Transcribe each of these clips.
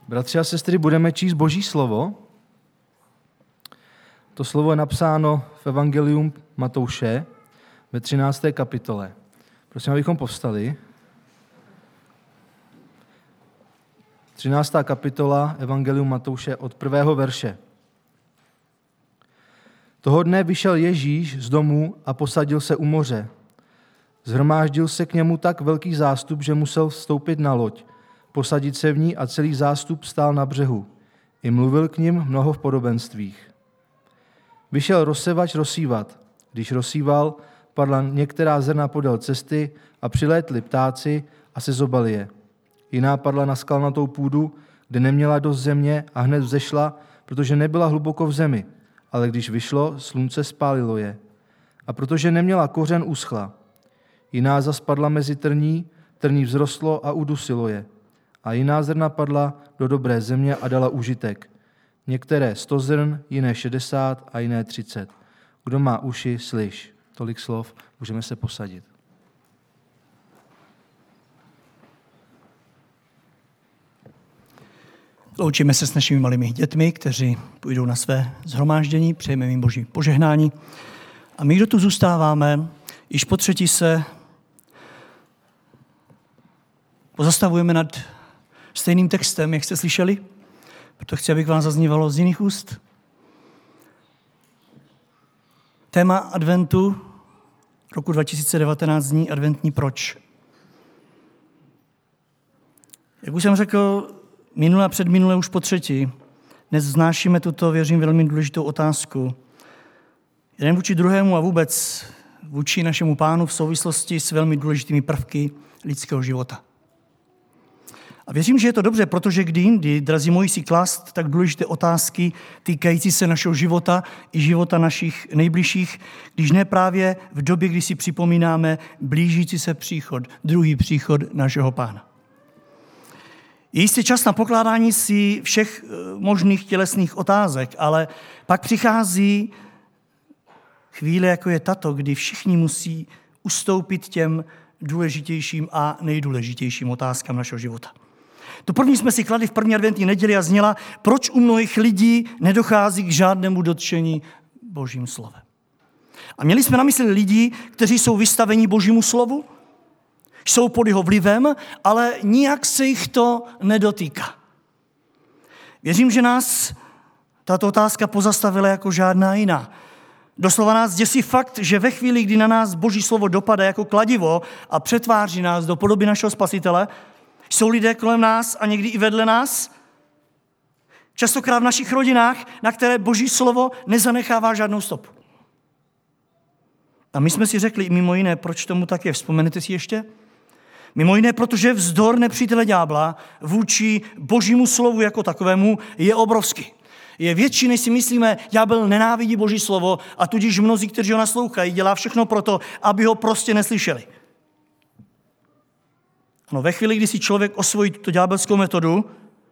Bratři a sestry, budeme číst Boží slovo. To slovo je napsáno v Evangelium Matouše ve 13. kapitole. Prosím, abychom povstali. 13. kapitola Evangelium Matouše od 1. verše. Toho dne vyšel Ježíš z domu a posadil se u moře. Zhromáždil se k němu tak velký zástup, že musel vstoupit na loď, posadit se v ní a celý zástup stál na břehu. I mluvil k nim mnoho v podobenstvích. Vyšel rozsevač rozsívat. Když rozsíval, padla některá zrna podél cesty a přilétli ptáci a sezobali je. Jiná padla na skalnatou půdu, kde neměla dost země a hned vzešla, protože nebyla hluboko v zemi. Ale když vyšlo, slunce spálilo je. A protože neměla kořen, uschla. Jiná zas padla mezi trní vzrostlo a udusilo je. A jiná zrna padla do dobré země a dala užitek. Některé 100 zrn, jiné 60 a jiné 30. Kdo má uši, slyš. Tolik slov, můžeme se posadit. Loučíme se s našimi malými dětmi, kteří půjdou na své shromáždění, přejeme jim Boží požehnání. A my, kdo tu zůstáváme, již po třetí se pozastavujeme nad stejným textem, jak jste slyšeli, proto chci, abych vám zaznívalo z jiných úst. Téma adventu roku 2019 zní adventní proč. Jak už jsem řekl, minule a předminule už po třetí, dnes vznášíme tuto, věřím, velmi důležitou otázku. Jeden vůči druhému a vůbec vůči našemu Pánu v souvislosti s velmi důležitými prvky lidského života. A věřím, že je to dobře, protože kdy jindy, drazí moji, si klást tak důležité otázky týkající se našeho života i života našich nejbližších, když ne právě v době, kdy si připomínáme blížící se příchod, druhý příchod našeho Pána. Je jistý čas na pokládání si všech možných tělesných otázek, ale pak přichází chvíle, jako je tato, kdy všichni musí ustoupit těm důležitějším a nejdůležitějším otázkám našeho života. Tu první jsme si kladli v první adventní neděli a zněla, proč u mnohých lidí nedochází k žádnému dotčení Božím slovem. A měli jsme na mysli lidi, kteří jsou vystaveni Božímu slovu, jsou pod jeho vlivem, ale nijak se jich to nedotýká. Věřím, že nás tato otázka pozastavila jako žádná jiná. Doslova nás děsí fakt, že ve chvíli, kdy na nás Boží slovo dopadá jako kladivo a přetváří nás do podoby našeho Spasitele, jsou lidé kolem nás a někdy i vedle nás, častokrát v našich rodinách, na které Boží slovo nezanechává žádnou stopu. A my jsme si řekli mimo jiné, proč tomu tak je. Vzpomenete si ještě? Mimo jiné, protože vzdor nepřítele ďábla vůči Božímu slovu jako takovému je obrovský. Je větší, než si myslíme. Ďábel nenávidí Boží slovo a tudíž mnozí, kteří ho naslouchají, dělá všechno proto, aby ho prostě neslyšeli. Ano, ve chvíli, kdy si člověk osvojí tuto ďábelskou metodu,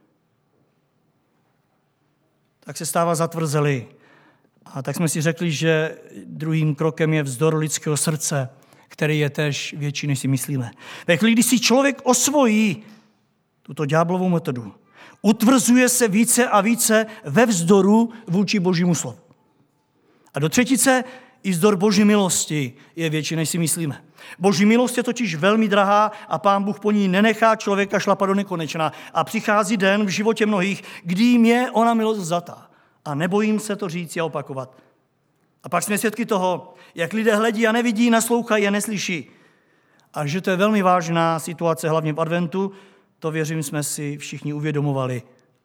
tak se stává zatvrzelý. A tak jsme si řekli, že druhým krokem je vzdor lidského srdce, který je též větší, než si myslíme. Ve chvíli, kdy si člověk osvojí tuto ďáblovou metodu, utvrzuje se více a více ve vzdoru vůči Božímu slovu. A do třetice i vzdor Boží milosti je větší, než si myslíme. Boží milost je totiž velmi drahá a Pán Bůh po ní nenechá člověka šlapat do nekonečna. A přichází den v životě mnohých, kdy jim je ona milost vzatá. A nebojím se to říct a opakovat. A pak jsme svědky toho, jak lidé hledí a nevidí, naslouchají a neslyší. A že to je velmi vážná situace, hlavně v adventu, to věřím, jsme si všichni uvědomovali.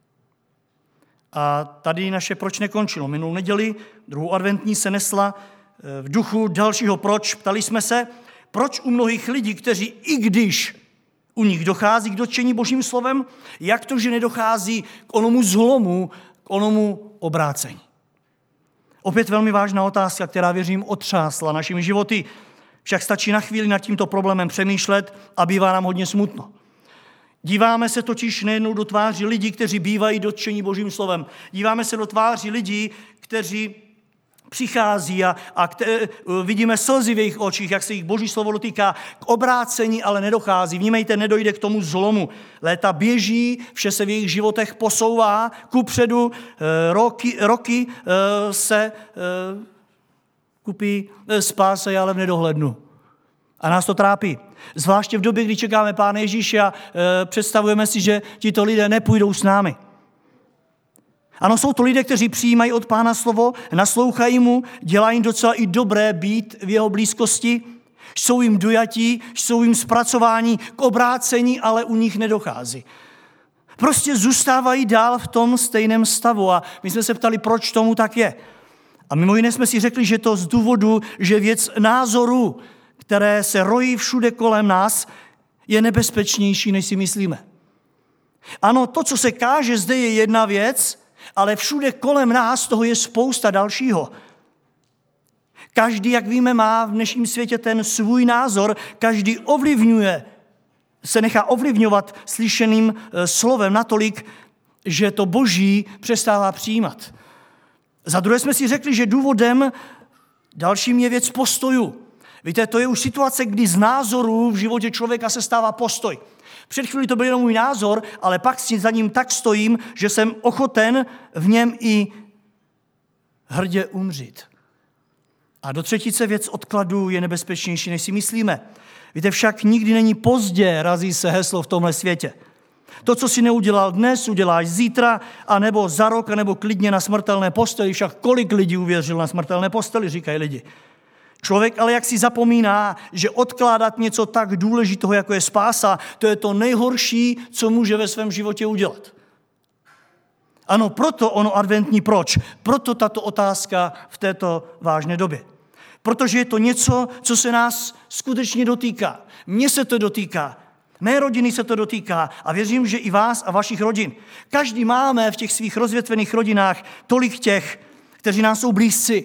A tady naše proč nekončilo. Minulou neděli, druhou adventní, se nesla v duchu dalšího proč. Ptali jsme se, proč u mnohých lidí, kteří i když u nich dochází k dotčení Božím slovem, jak to, že nedochází k onomu zlomu, k onomu obrácení. Opět velmi vážná otázka, která, věřím, otřásla našimi životy. Však stačí na chvíli nad tímto problémem přemýšlet a bývá nám hodně smutno. Díváme se totiž nejednou do tváří lidí, kteří bývají dotčení Božím slovem. Díváme se do tváří lidí, kteří přichází a vidíme slzy v jejich očích, jak se jich Boží slovo dotýká, k obrácení ale nedochází. Vnímejte, nedojde k tomu zlomu. Léta běží, vše se v jejich životech posouvá kupředu, roky se kupí spáse, ale v nedohlednu. A nás to trápí. Zvláště v době, kdy čekáme Pána Ježíše a představujeme si, že tito lidé nepůjdou s námi. Ano, jsou to lidé, kteří přijímají od Pána slovo, naslouchají mu, dělají jim docela i dobré být v jeho blízkosti, jsou jim dojatí, jsou jim zpracování k obrácení, ale u nich nedochází. Prostě zůstávají dál v tom stejném stavu a my jsme se ptali, proč tomu tak je. A mimo jiné jsme si řekli, že to z důvodu, že věc názorů, které se rojí všude kolem nás, je nebezpečnější, než si myslíme. Ano, to, co se káže zde, je jedna věc, ale všude kolem nás toho je spousta dalšího. Každý, jak víme, má v dnešním světě ten svůj názor, každý se nechá ovlivňovat slyšeným slovem natolik, že to Boží přestává přijímat. Za druhé jsme si řekli, že důvodem dalším je věc postojů. Víte, to je už situace, kdy z názorů v životě člověka se stává postoj. Před chvílí to byl jenom můj názor, ale pak si za ním tak stojím, že jsem ochoten v něm i hrdě umřít. A do třetice věc odkladu je nebezpečnější, než si myslíme. Víte, však nikdy není pozdě, razí se heslo v tomhle světě. To, co si neudělal dnes, uděláš zítra, anebo za rok, anebo klidně na smrtelné posteli. Však kolik lidí uvěřil na smrtelné posteli, říkají lidi. Člověk ale jak si zapomíná, že odkládat něco tak důležitého, jako je spása, to je to nejhorší, co může ve svém životě udělat. Ano, proto ono adventní proč. Proto tato otázka v této vážné době. Protože je to něco, co se nás skutečně dotýká. Mně se to dotýká. Mé rodiny se to dotýká a věřím, že i vás a vašich rodin. Každý máme v těch svých rozvětvených rodinách tolik těch, kteří nám jsou blízci.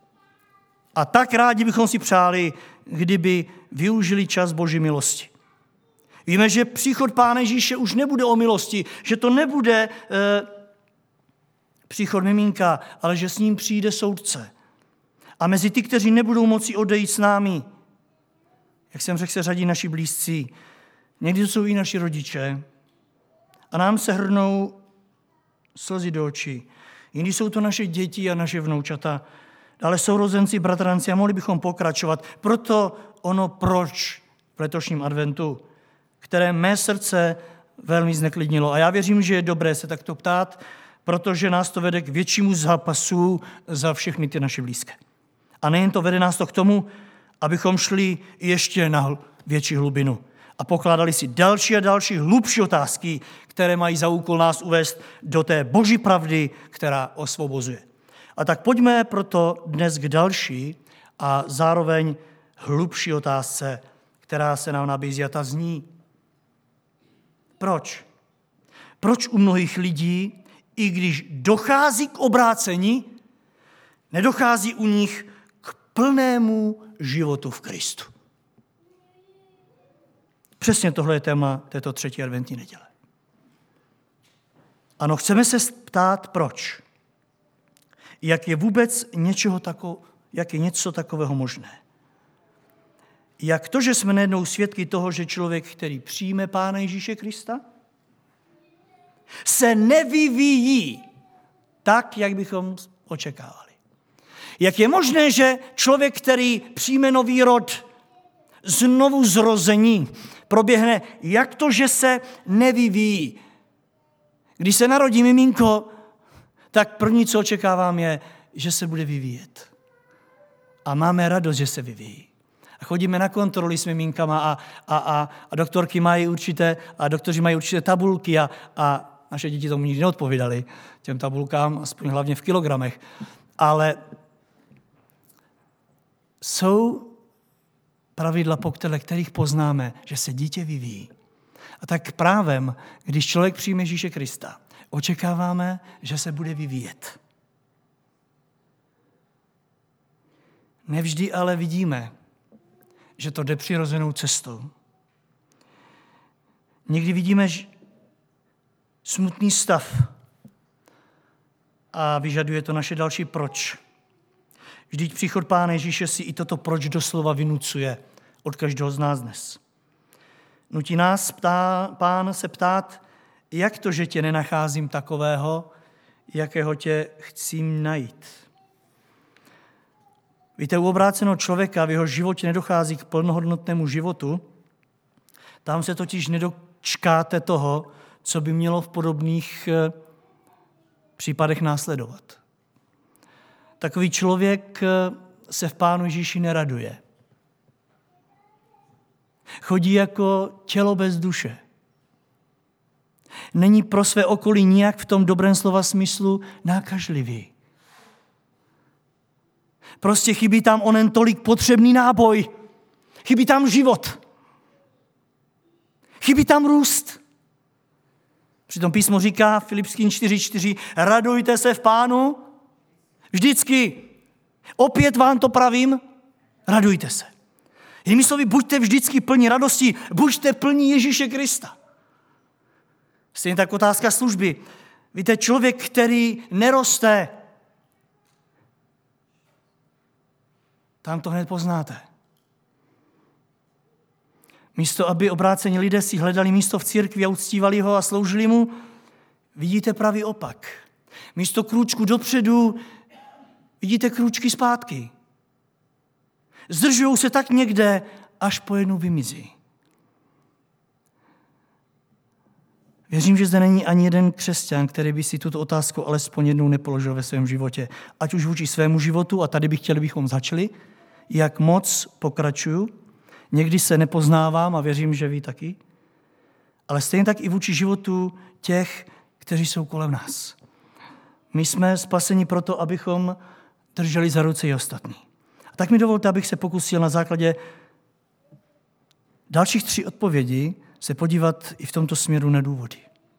A tak rádi bychom si přáli, kdyby využili čas Boží milosti. Víme, že příchod Pána Ježíše už nebude o milosti, že to nebude příchod miminka, ale že s ním přijde soudce. A mezi ty, kteří nebudou moci odejít s námi, jak jsem řekl, se řadí naši blízcí. Někdy to jsou i naši rodiče a nám se hrnou slzy do očí. Jindy jsou to naše děti a naše vnoučata, ale sourozenci, bratranci a mohli bychom pokračovat. Proto ono proč v letošním adventu, které mé srdce velmi zneklidnilo. A já věřím, že je dobré se takto ptát, protože nás to vede k většímu zápasu za všechny ty naše blízké. A nejen to vede nás to k tomu, abychom šli ještě na větší hlubinu a pokládali si další a další hlubší otázky, které mají za úkol nás uvést do té Boží pravdy, která osvobozuje. A tak pojďme proto dnes k další a zároveň hlubší otázce, která se nám nabízí a ta zní. Proč? Proč u mnohých lidí, i když dochází k obrácení, nedochází u nich k plnému životu v Kristu? Přesně tohle je téma této třetí adventní neděle. Ano, chceme se ptát, proč. Jak je vůbec něco takového možné? Jak to, že jsme nejednou svědky toho, že člověk, který přijme Pána Ježíše Krista, se nevyvíjí tak, jak bychom očekávali. Jak je možné, že člověk, který přijme nový rod, znovu zrození, proběhne, jak to, že se nevyvíjí. Když se narodí miminko, tak první, co očekávám, je, že se bude vyvíjet. A máme radost, že se vyvíjí. A chodíme na kontroly s miminkama a doktorky mají a doktoři mají určité tabulky a naše děti tomu nikdy neodpovídali, těm tabulkám, aspoň hlavně v kilogramech. Ale jsou pravidla, podle kterých poznáme, že se dítě vyvíjí. A tak právem, když člověk přijme Ježíše Krista, očekáváme, že se bude vyvíjet. Nevždy ale vidíme, že to jde přirozenou cestou. Někdy vidíme smutný stav a vyžaduje to naše další proč. Vždyť příchod Pána Ježíše si i toto proč doslova vynucuje od každého z nás dnes. Nutí nás Pán se ptát, jak to, že tě nenacházím takového, jakého tě chci najít. Víte, u obráceného člověka v jeho životě nedochází k plnohodnotnému životu, tam se totiž nedočkáte toho, co by mělo v podobných případech následovat. Takový člověk se v Pánu Ježíši neraduje. Chodí jako tělo bez duše. Není pro své okolí nijak v tom dobrém slova smyslu nákažlivý. Prostě chybí tam onen tolik potřebný náboj. Chybí tam život. Chybí tam růst. Přitom písmo říká Filipským 4:4, radujte se v Pánu vždycky. Opět vám to pravím, radujte se. Jinými slovy, buďte vždycky plní radosti, buďte plní Ježíše Krista. Stejně tak otázka služby. Víte, člověk, který neroste, tam to hned poznáte. Místo, aby obrácení lidé si hledali místo v církvi a uctívali ho a sloužili mu, vidíte pravý opak. Místo krůčku dopředu vidíte krůčky zpátky. Zdržují se tak někde, až po jednou vymizí. Věřím, že zde není ani jeden křesťan, který by si tuto otázku alespoň jednou nepoložil ve svém životě. Ať už vůči svému životu, a tady bychom začali, jak moc pokračuju. Někdy se nepoznávám a věřím, že vy taky. Ale stejně tak i vůči životu těch, kteří jsou kolem nás. My jsme spaseni proto, abychom drželi za ruce i ostatní. A tak mi dovolte, abych se pokusil na základě dalších 3 odpovědí se podívat i v tomto směru na důvody.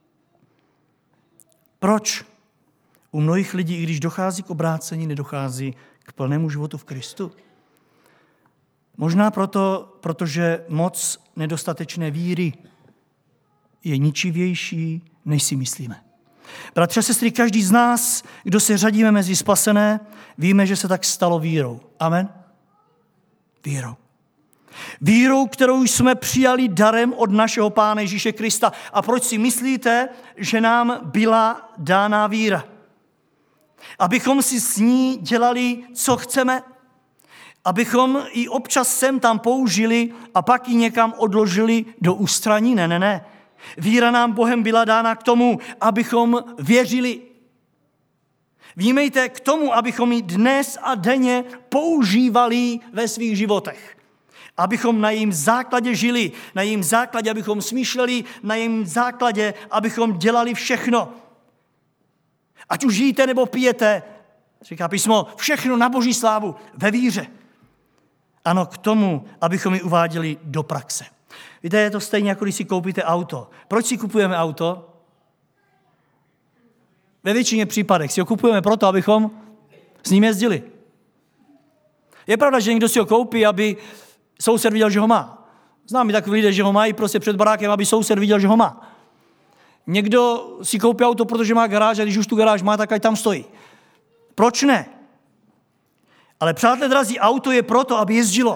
Proč u mnohých lidí, i když dochází k obrácení, nedochází k plnému životu v Kristu? Možná proto, protože moc nedostatečné víry je ničivější, než si myslíme. Bratři a sestry, každý z nás, kdo se řadíme mezi spasené, víme, že se tak stalo vírou. Amen? Vírou. Vírou, kterou jsme přijali darem od našeho Pána Ježíše Krista. A proč si myslíte, že nám byla dána víra? Abychom si s ní dělali, co chceme? Abychom ji občas sem tam použili a pak ji někam odložili do ústraní? Ne. Víra nám Bohem byla dána k tomu, abychom věřili. Vnímejte, k tomu, abychom ji dnes a denně používali ve svých životech. Abychom na jejím základě žili, na jejím základě, abychom smýšleli, na jejím základě, abychom dělali všechno. Ať už jíte nebo pijete, říká písmo, všechno na Boží slávu, ve víře. Ano, k tomu, abychom ji uváděli do praxe. Víte, je to stejně, jako když si koupíte auto. Proč si kupujeme auto? Ve většině případech si ho kupujeme proto, abychom s ním jezdili. Je pravda, že někdo si ho koupí, aby soused viděl, že ho má. Znám i takový lidé, že ho mají prostě před barákem, aby soused viděl, že ho má. Někdo si koupí auto, protože má garáž a když už tu garáž má, tak ať tam stojí. Proč ne? Ale přátelé drazí, auto je proto, aby jezdilo.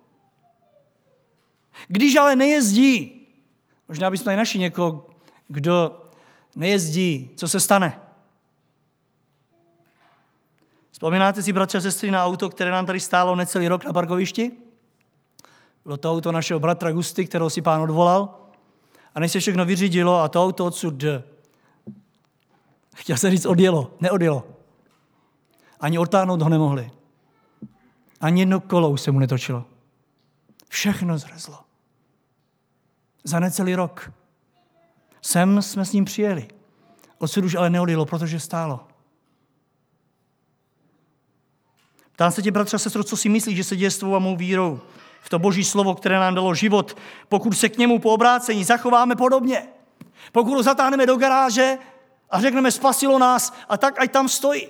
Když ale nejezdí, možná bychom tady našli někoho, kdo nejezdí, co se stane? Vzpomínáte si, bratři a sestry, na auto, které nám tady stálo necelý rok na parkovišti? Bylo to auto našeho bratra Gusty, kterého si Pán odvolal. A než se všechno vyřídilo a to auto odsud, chtěl se říct, neodjelo. Ani odtáhnout ho nemohli. Ani jedno kolo už se mu netočilo. Všechno zrezlo. Za necelý rok. Sem jsme s ním přijeli. Odsud už ale neodjelo, protože stálo. Ptám se tě, bratře a sestro, co si myslíš, že se děje s tvou a mou vírou v to Boží slovo, které nám dalo život, pokud se k němu po obrácení zachováme podobně. Pokud ho zatáhneme do garáže a řekneme, spasilo nás a tak ať tam stojí.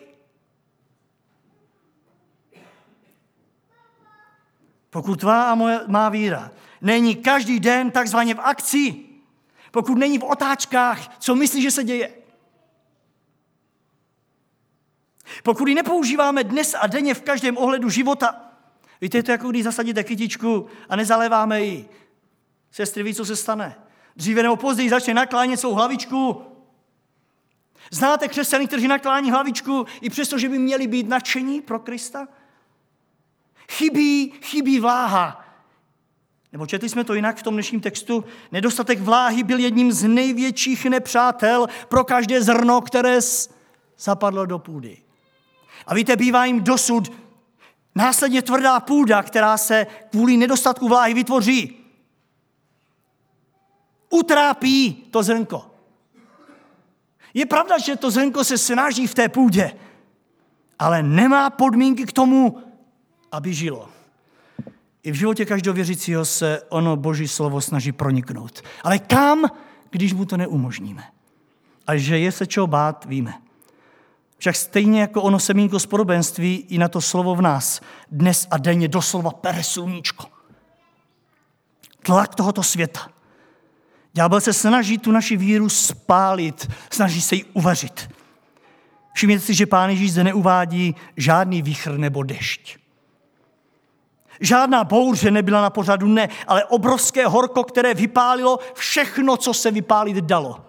Pokud tvá a má víra není každý den takzvaně v akci, pokud není v otáčkách, co myslíš, že se děje? Pokud ji nepoužíváme dnes a denně v každém ohledu života, víte, je to jako když zasadíte kytičku a nezaléváme ji. Sestry, ví, co se stane. Dříve nebo později začne naklánět svou hlavičku. Znáte křesťany, kteří naklání hlavičku i přesto, že by měli být nadšení pro Krista? Chybí vláha. Nebo četli jsme to jinak v tom dnešním textu. Nedostatek vláhy byl jedním z největších nepřátel pro každé zrno, které zapadlo do půdy. A víte, bývá jim dosud následně tvrdá půda, která se kvůli nedostatku vláhy vytvoří. Utrápí to zrnko. Je pravda, že to zrnko se snaží v té půdě, ale nemá podmínky k tomu, aby žilo. I v životě každého věřícího se ono Boží slovo snaží proniknout. Ale kam, když mu to neumožníme? A že je se čeho bát, víme. Však stejně jako ono semínko z podobenství, i na to slovo v nás dnes a denně doslova pere sluníčko. Tlak tohoto světa. Ďábel se snaží tu naši víru spálit, snaží se ji uvařit. Všimněte si, že Pán Ježíš zde neuvádí žádný vichr nebo dešť. Žádná bouře nebyla na pořadu, ne, ale obrovské horko, které vypálilo všechno, co se vypálit dalo.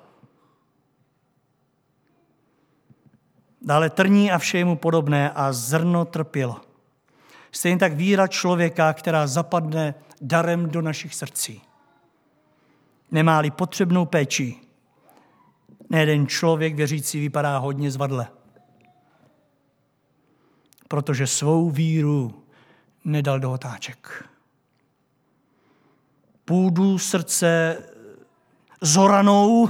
Dále trní a vše je mu podobné a zrno trpělo. Stejně tak víra člověka, která zapadne darem do našich srdcí. Nemá-li potřebnou péči, nejeden člověk věřící vypadá hodně zvadle. Protože svou víru nedal do otáček. Půdu srdce zoranou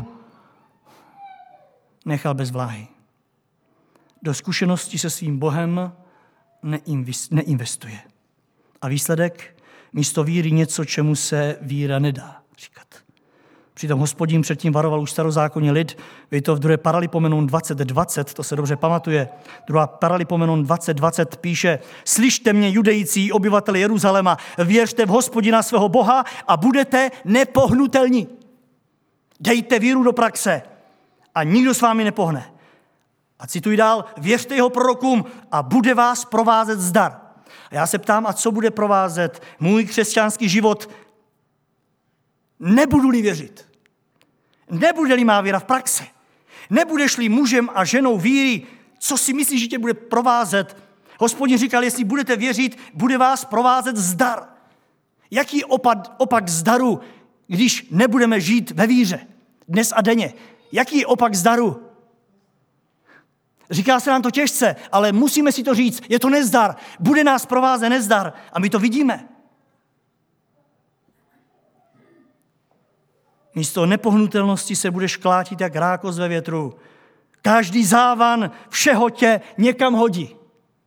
nechal bez vláhy. Do zkušenosti se svým Bohem neinvestuje. A výsledek? Místo víry něco, čemu se víra nedá říkat. Přitom Hospodin předtím varoval už starozákonní lid, vy to v 2. Paralipomenon 20:20, to se dobře pamatuje. 2. Paralipomenon 20:20 píše: Slyšte mě, judející obyvatele Jeruzaléma, věřte v Hospodina svého Boha a budete nepohnutelní. Dejte víru do praxe a nikdo s vámi nepohne. A cituji dál, věřte jeho prorokům a bude vás provázet zdar. A já se ptám, a co bude provázet můj křesťanský život, nebudu-li věřit? Nebude-li má víra v praxi? Nebudeš-li mužem a ženou víry, co si myslíš, že tě bude provázet? Hospodin říkal, jestli budete věřit, bude vás provázet zdar. Jaký opak zdaru, když nebudeme žít ve víře dnes a denně? Jaký je opak zdaru? Říká se nám to těžce, ale musíme si to říct. Je to nezdar. Bude nás provázet nezdar. A my to vidíme. Místo nepohnutelnosti se budeš klátit jak rákos ve větru. Každý závan všeho tě někam hodí.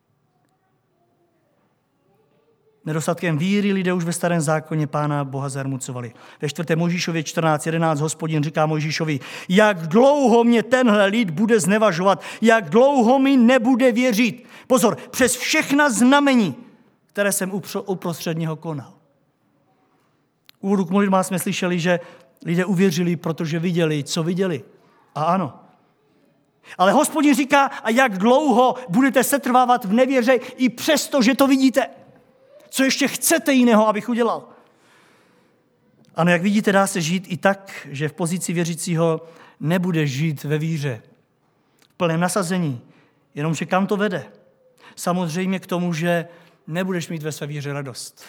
Nedostatkem víry lidé už ve starém zákoně Pána Boha zarmucovali. Ve 4. Mojžíšově 14:11 Hospodin říká Mojžíšovi: Jak dlouho mě tenhle lid bude znevažovat, jak dlouho mi nebude věřit. Pozor, přes všechna znamení, které jsem uprostřed něho konal. Úvodu k modlitbám jsme slyšeli, že lidé uvěřili, protože viděli, co viděli. A ano. Ale Hospodin říká, a jak dlouho budete setrvávat v nevěře i přesto, že to vidíte. Co ještě chcete jiného, abych udělal? Ano, jak vidíte, dá se žít i tak, že v pozici věřícího nebudeš žít ve víře. V plném nasazení. Jenomže kam to vede? Samozřejmě k tomu, že nebudeš mít ve své víře radost.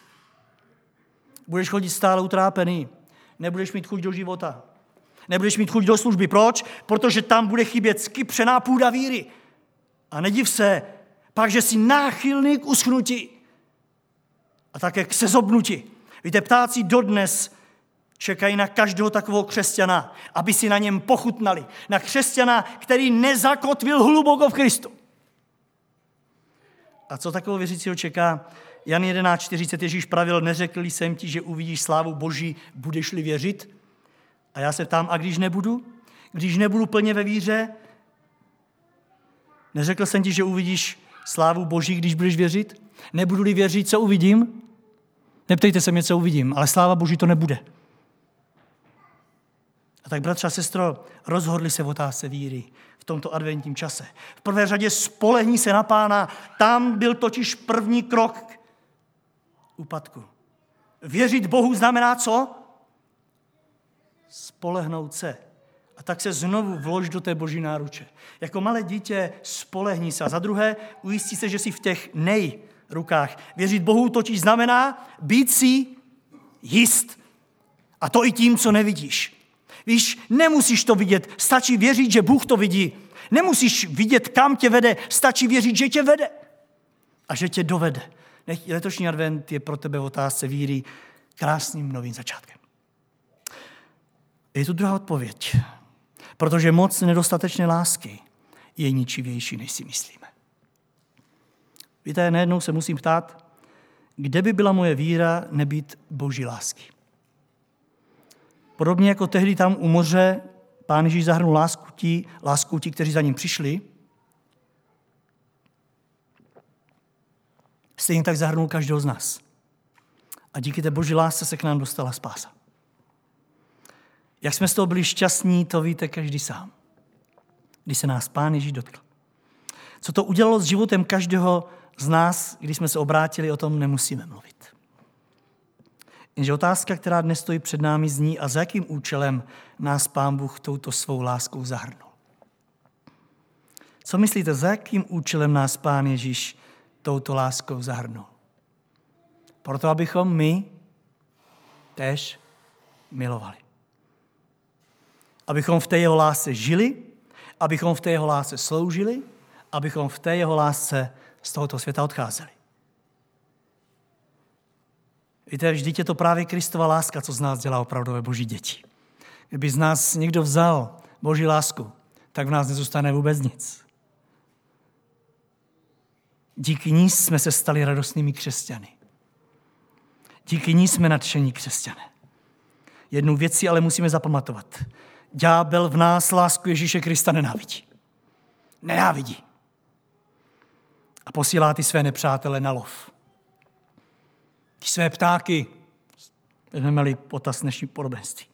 Budeš chodit stále utrápený. Nebudeš mít chuť do života. Nebudeš mít chuť do služby. Proč? Protože tam bude chybět skypřená půda víry. A nediv se, pak, že jsi náchylný k uschnutí. A také k sezobnutí. Víte, ptáci dodnes čekají na každého takového křesťana, aby si na něm pochutnali. Na křesťana, který nezakotvil hluboko v Kristu. A co takového věřícího čeká? Jan 11:40 Ježíš pravil, neřekl jsem ti, že uvidíš slávu Boží, budeš-li věřit? A já se ptám, a když nebudu? Když nebudu plně ve víře? Neřekl jsem ti, že uvidíš slávu Boží, když budeš věřit? Nebudu-li věřit, co uvidím? Neptejte se mě, co uvidím, ale sláva Boží to nebude. A tak, bratře a sestro, rozhodli se v otázce víry. v tomto adventním čase. V prvé řadě spolehni se na Pána. Tam byl totiž první krok k úpadku. Věřit Bohu znamená co? Spolehnout se. A tak se znovu vlož do té Boží náruče. Jako malé dítě spolehni se. A za druhé, ujistí se, že jsi v těch rukách. Věřit Bohu totiž znamená být si jist. A to i tím, co nevidíš. Víš, nemusíš to vidět, stačí věřit, že Bůh to vidí. Nemusíš vidět, kam tě vede, stačí věřit, že tě vede a že tě dovede. Letošní advent je pro tebe v otázce víry krásným novým začátkem. Je tu druhá odpověď. Protože moc nedostatečné lásky je ničivější, než si myslíme. Víte, najednou se musím ptát, kde by byla moje víra nebýt Boží lásky. Podobně jako tehdy tam u moře Pán Ježíš zahrnul lásku ti, kteří za ním přišli, stejně tak zahrnul každého z nás. A díky té Boží lásce se k nám dostala spása. Jak jsme z toho byli šťastní, to víte každý sám. Když se nás Pán Ježíš dotkl. Co to udělalo s životem každého z nás, když jsme se obrátili, o tom nemusíme mluvit. Jenže otázka, která dnes stojí před námi, zní, a za jakým účelem nás Pán Bůh touto svou láskou zahrnul. Co myslíte, za jakým účelem nás Pán Ježíš touto láskou zahrnul? Proto, abychom my též milovali. Abychom v té jeho lásce žili, abychom v té jeho lásce sloužili, abychom v té jeho lásce z tohoto světa odcházeli. Víte, vždyť je to právě Kristova láska, co z nás dělá opravdové Boží děti. Kdyby z nás někdo vzal Boží lásku, tak v nás nezůstane vůbec nic. Díky ní jsme se stali radostnými křesťany. Díky ní jsme nadšení křesťané. Jednu věc si ale musíme zapamatovat. Ďábel v nás lásku Ježíše Krista nenávidí. Nenávidí. A posílá ty své nepřátele na lov. Ty své ptáky, vezmeme-li potaz dnešní podobenství.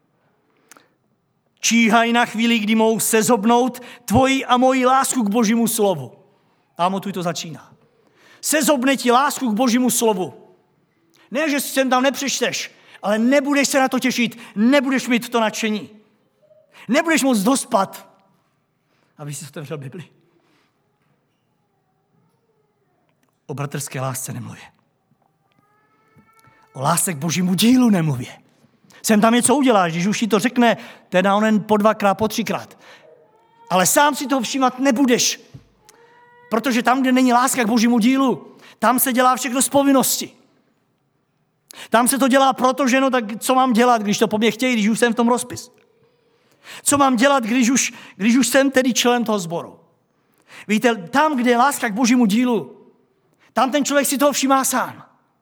Číhají na chvíli, kdy mohou sezobnout tvoji a moji lásku k Božímu slovu. Ámo, tu to začíná. Sezobne ti lásku k Božímu slovu. Ne, že si sem tam nepřečteš, ale nebudeš se na to těšit, nebudeš mít to nadšení. Nebudeš moc dospat, aby si otevřel Bibli. O bratrské lásce nemluvě. O lásce k Božímu dílu nemluvě. Sem tam něco uděláš, když už ti to řekne, teda onen po 2krát, po 3krát. Ale sám si toho všímat nebudeš. Protože tam, kde není láska k Božímu dílu, tam se dělá všechno z povinnosti. Tam se to dělá proto, že no tak co mám dělat, když to po mně chtějí, když už jsem v tom rozpis. Co mám dělat, když už jsem tedy člen toho sboru. Víte, tam, kde je láska k Božímu dílu, tam ten člověk si toho všímá sám.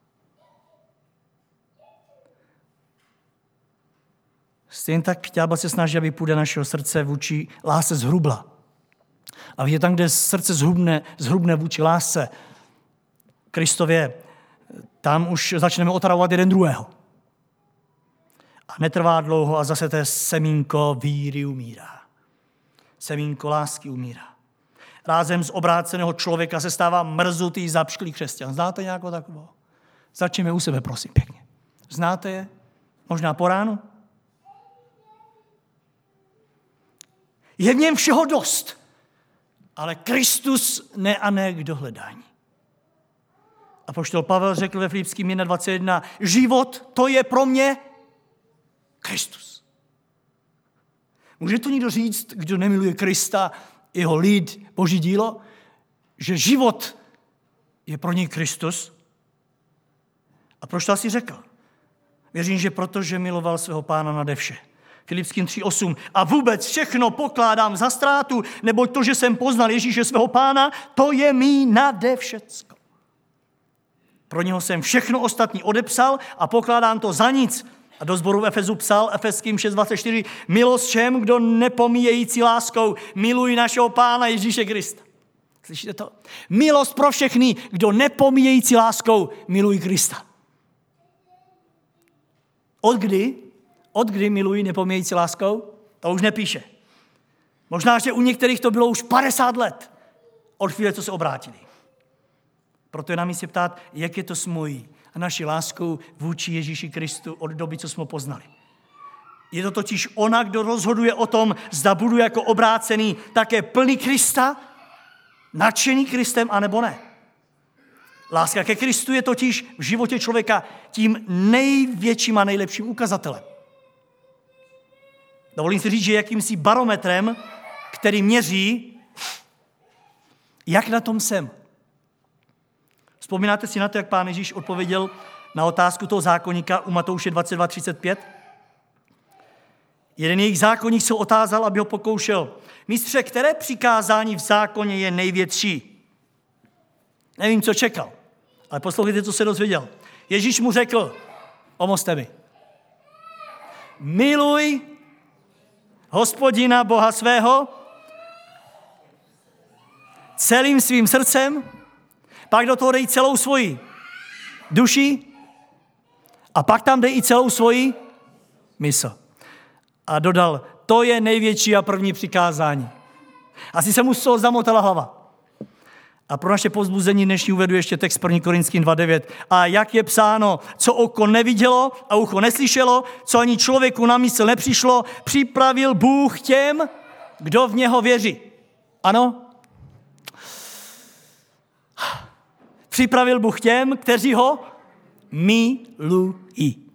Stejně tak ďábel se snaží, aby půda našeho srdce vůči lásce zhrubla. A víte, tam, kde srdce zhrubne vůči lásce Kristově, tam už začneme otravovat jeden druhého. A netrvá dlouho a zase to semínko víry umírá. Semínko lásky umírá. Rázem z obráceného člověka se stává mrzutý, zapšklý křesťan. Znáte nějakou takovou? Začněme u sebe, prosím, pěkně. Znáte je? Možná po ránu? Je v něm všeho dost, ale Kristus ne a ne k dohledání. Apoštol Pavel řekl ve Filipským 1:21, život to je pro mě Kristus. Může to někdo říct, kdo nemiluje Krista, jeho lid, Boží dílo, že život je pro něj Kristus? A proč to asi řekl? Věřím, že protože miloval svého Pána nade vše. Filipským 3:8. A vůbec všechno pokládám za ztrátu, neboť to, že jsem poznal Ježíše svého Pána, to je mý nade všecko. Pro něho jsem všechno ostatní odepsal a pokládám to za nic. A do sboru v Efezu psal Efeským 6:24. Milost všem, kdo nepomíjející láskou milují našeho Pána Ježíše Krista. Slyšíte to? Milost pro všechny, kdo nepomíjející láskou milují Krista. Od kdy milují nepomíjející láskou? To už nepíše. Možná, že u některých to bylo už 50 let od chvíle, co se obrátili. Proto je na místě ptát, jak je to s mojí a naší láskou vůči Ježíši Kristu od doby, co jsme ho poznali. Je to totiž ona, kdo rozhoduje o tom, zda budu jako obrácený také plný Krista, nadšený Kristem, anebo ne. Láska ke Kristu je totiž v životě člověka tím největším a nejlepším ukazatelem. Dovolím si říct, že jakýmsi barometrem, který měří, jak na tom jsem. Vzpomínáte si na to, jak Pán Ježíš odpověděl na otázku toho zákonníka u Matouše 22:35? Jeden jejich zákonník se otázal, aby ho pokoušel. Mistře, které přikázání v zákoně je největší? Nevím, co čekal, ale poslouchejte, co se dozvěděl. Ježíš mu řekl, pomozte mi. Miluj Hospodina Boha svého celým svým srdcem, pak do toho dej celou svoji duši a pak tam dej i celou svoji mysl. A dodal, to je největší a první přikázání. Asi se mu z toho zamotala hlava. A pro naše povzbuzení dnešní uvedu ještě text 1. Korinským 2:9. A jak je psáno, co oko nevidělo a ucho neslyšelo, co ani člověku na mysl nepřišlo, připravil Bůh těm, kdo v něho věří. Ano? Připravil Bůh těm, kteří ho milují.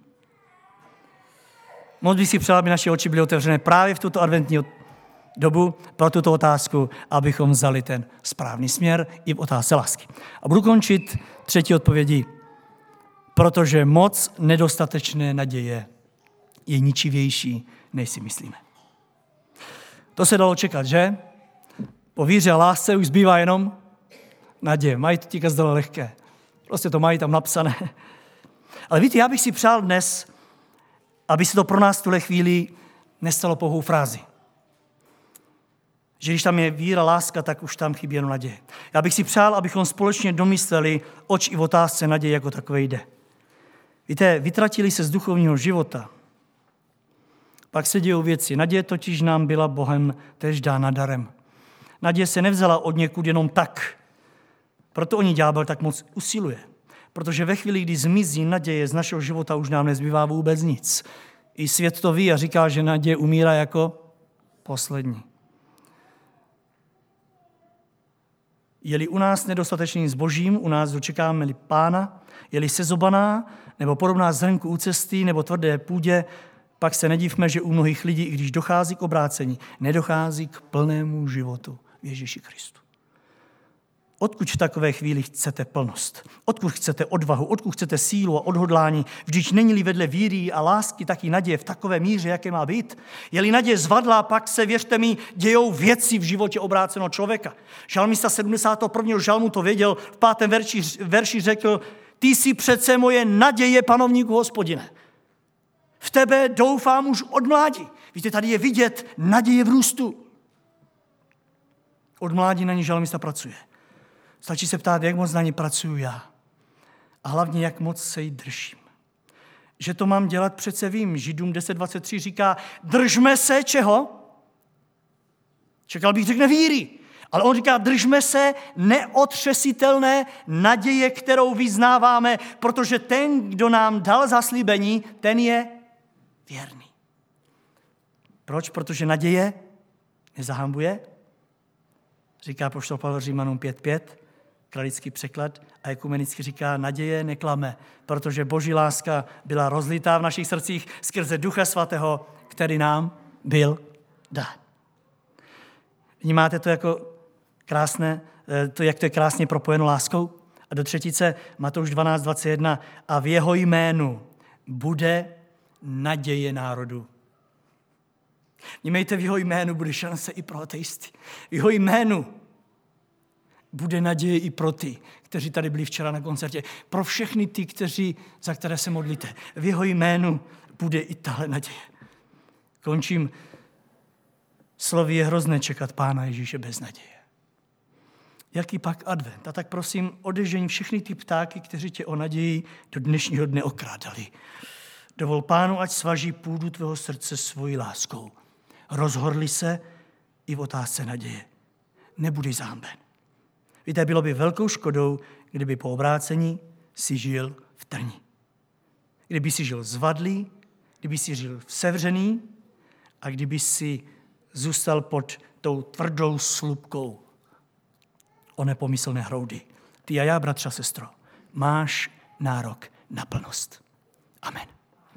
Moc bych si přál, aby naše oči byly otevřené právě v tuto adventní dobu pro tuto otázku, abychom vzali ten správný směr i v otázce lásky. A budu končit třetí odpovědí. Protože moc nedostatečné naděje je ničivější, než si myslíme. To se dalo čekat, že? Po víře a lásce už zbývá jenom naděje. Mají to ti kazdele lehké. Prostě to mají tam napsané. Ale víte, já bych si přál dnes, aby se to pro nás v tuhle chvíli nestalo pouhou frázi. Že když tam je víra, láska, tak už tam chybí jenom naděje. Já bych si přál, abychom společně domysleli, oč i v otázce naděje jako takové jde. Víte, vytratili se z duchovního života. Pak se dějou věci. Naděje totiž nám byla Bohem též dána darem. Naděje se nevzala od někud jenom tak. Proto o ní ďábel tak moc usiluje. Protože ve chvíli, kdy zmizí naděje z našeho života, už nám nezbývá vůbec nic. I svět to ví a říká, že naděje umírá jako poslední. Je-li u nás nedostatečným zbožím, u nás dočekáme-li Pána, je-li sezobaná nebo podobná zrnku u cesty nebo tvrdé půdě, pak se nedivme, že u mnohých lidí, i když dochází k obrácení, nedochází k plnému životu v Ježíši Kristu. Odkud v takové chvíli chcete plnost? Odkud chcete odvahu? Odkud chcete sílu a odhodlání? Vždyť není-li vedle víry a lásky taky naděje v takové míře, jaké má být? Je-li naděje zvadlá, pak se, věřte mi, dějou věci v životě obráceného člověka. Žalmista 71. žalmu to věděl, v 5. verši řekl, ty jsi přece moje naděje, panovníku Hospodine. V tebe doufám už od mládí. Víte, tady je vidět naděje v růstu. Od mládí na ní žalmista pracuje. Stačí se ptát, jak moc na ní pracuju já. A hlavně, jak moc se jí držím. Že to mám dělat, přece vím. Židům 10:23 říká, držme se čeho? Čekal bych řekne víry. Ale on říká, držme se neotřesitelné naděje, kterou vyznáváme, protože ten, kdo nám dal zaslíbení, ten je věrný. Proč? Protože naděje nezahambuje. Říká apoštol Pavel Římanům 5:5, kralický překlad, a ekumenicky říká, naděje neklame, protože Boží láska byla rozlitá v našich srdcích skrze Ducha Svatého, který nám byl dán. Vnímáte to jako krásné, jak to je krásně propojeno láskou? A do třetice Matouš 12:21, a v jeho jménu bude naděje národu. Vnímejte, v jeho jménu bude šance i pro ateisty. V jeho jménu bude naděje i pro ty, kteří tady byli včera na koncertě. Pro všechny ty, za které se modlíte. V jeho jménu bude i tahle naděje. Končím. Slovy je hrozné čekat Pána Ježíše bez naděje. Jaký pak advent? A tak prosím, odežeň všechny ty ptáky, kteří tě o naději do dnešního dne okrádali. Dovol Pánu, ať svaží půdu tvého srdce svojí láskou. Rozhorli se i v otázce naděje. Nebudeš zahanben. Víte, bylo by velkou škodou, kdyby po obrácení si žil v trni. Kdyby si žil zvadlý, kdyby si žil sevřený a kdyby si zůstal pod tou tvrdou slupkou o nepomyslné hroudy. Ty a já, bratře a sestro, máš nárok na plnost. Amen.